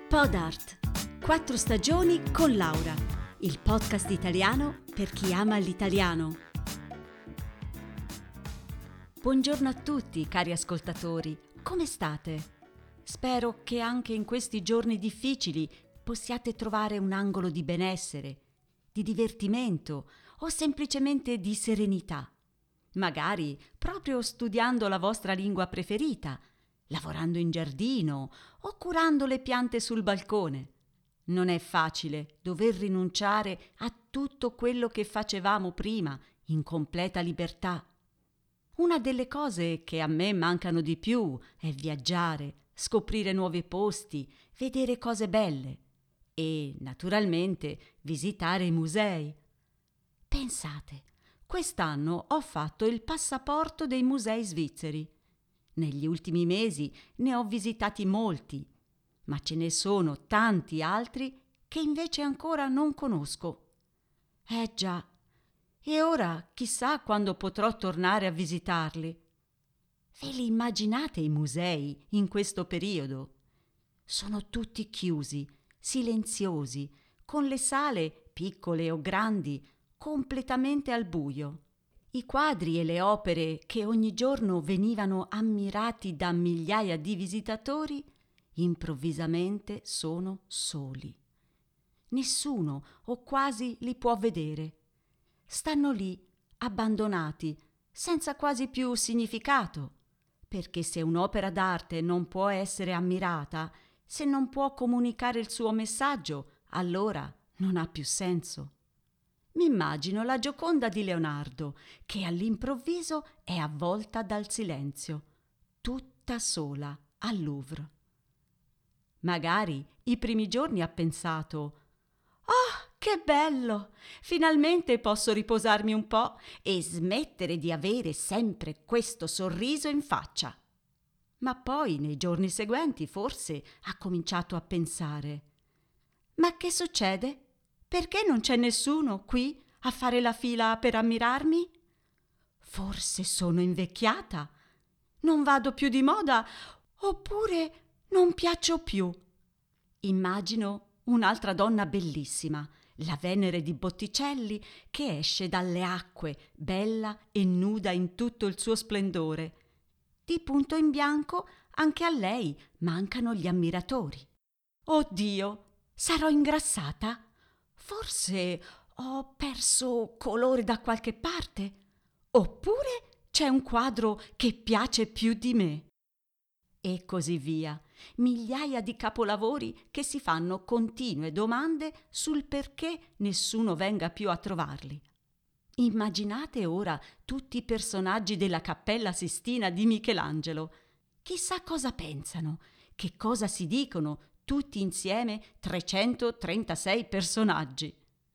Podart, 4 stagioni con Laura, il podcast italiano per chi ama l'italiano. Buongiorno a tutti, cari ascoltatori, come state? Spero che anche in questi giorni difficili possiate trovare un angolo di benessere, di divertimento o semplicemente di serenità. Magari proprio studiando la vostra lingua preferita, lavorando in giardino o curando le piante sul balcone. Non è facile dover rinunciare a tutto quello che facevamo prima in completa libertà. Una delle cose che a me mancano di più è viaggiare, scoprire nuovi posti, vedere cose belle e, naturalmente, visitare i musei. Pensate, quest'anno ho fatto il passaporto dei musei svizzeri. Negli ultimi mesi ne ho visitati molti, ma ce ne sono tanti altri che invece ancora non conosco. Già, e ora chissà quando potrò tornare a visitarli. Ve li immaginate i musei in questo periodo? Sono tutti chiusi, silenziosi, con le sale, piccole o grandi, completamente al buio. I quadri e le opere che ogni giorno venivano ammirati da migliaia di visitatori improvvisamente sono soli. Nessuno o quasi li può vedere. Stanno lì, abbandonati, senza quasi più significato, perché se un'opera d'arte non può essere ammirata, se non può comunicare il suo messaggio, allora non ha più senso. Mi immagino la Gioconda di Leonardo, che all'improvviso è avvolta dal silenzio, tutta sola al Louvre. Magari i primi giorni ha pensato: «Oh, che bello! Finalmente posso riposarmi un po' e smettere di avere sempre questo sorriso in faccia». Ma poi, nei giorni seguenti, forse ha cominciato a pensare: «Ma che succede? Perché non c'è nessuno qui a fare la fila per ammirarmi? Forse sono invecchiata? Non vado più di moda? Oppure non piaccio più?» Immagino un'altra donna bellissima, la Venere di Botticelli, che esce dalle acque, bella e nuda in tutto il suo splendore. Di punto in bianco anche a lei mancano gli ammiratori. Oddio, sarò ingrassata? Forse ho perso colore da qualche parte? Oppure c'è un quadro che piace più di me? E così via, migliaia di capolavori che si fanno continue domande sul perché nessuno venga più a trovarli. Immaginate ora tutti i personaggi della Cappella Sistina di Michelangelo. Chissà cosa pensano, che cosa si dicono tutti insieme 336 personaggi.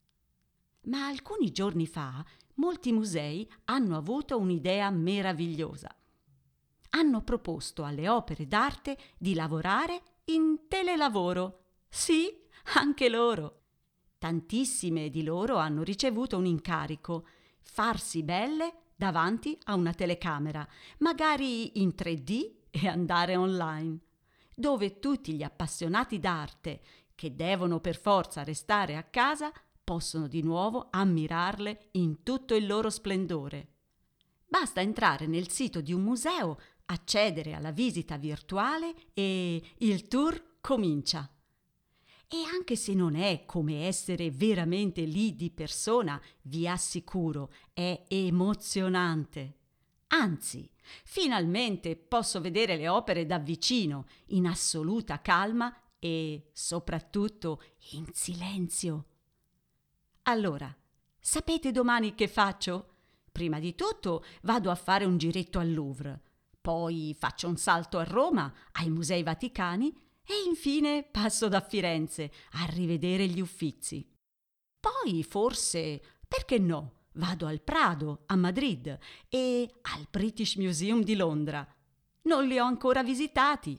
Ma alcuni giorni fa molti musei hanno avuto un'idea meravigliosa. Hanno proposto alle opere d'arte di lavorare in telelavoro. Sì, anche loro. Tantissime di loro hanno ricevuto un incarico: farsi belle davanti a una telecamera, magari in 3D e andare online, dove tutti gli appassionati d'arte, che devono per forza restare a casa, possono di nuovo ammirarle in tutto il loro splendore. Basta entrare nel sito di un museo, accedere alla visita virtuale e il tour comincia. E anche se non è come essere veramente lì di persona, vi assicuro, è emozionante. Anzi, finalmente posso vedere le opere da vicino, in assoluta calma e soprattutto in silenzio. Allora, sapete domani che faccio? Prima di tutto vado a fare un giretto al Louvre, poi faccio un salto a Roma, ai Musei Vaticani e infine passo da Firenze a rivedere gli Uffizi. Poi forse, perché no, vado al Prado a Madrid e al British Museum di Londra. Non li ho ancora visitati.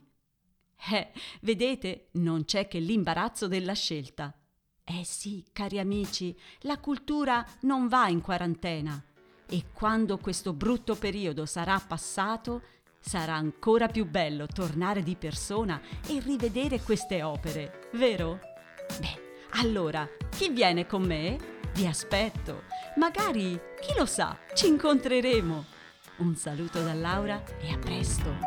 Vedete, non c'è che l'imbarazzo della scelta. Sì, cari amici, la cultura non va in quarantena e quando questo brutto periodo sarà passato, sarà ancora più bello tornare di persona e rivedere queste opere, vero? Beh, allora, chi viene con me? Vi aspetto. Magari, chi lo sa, ci incontreremo. Un saluto da Laura e a presto.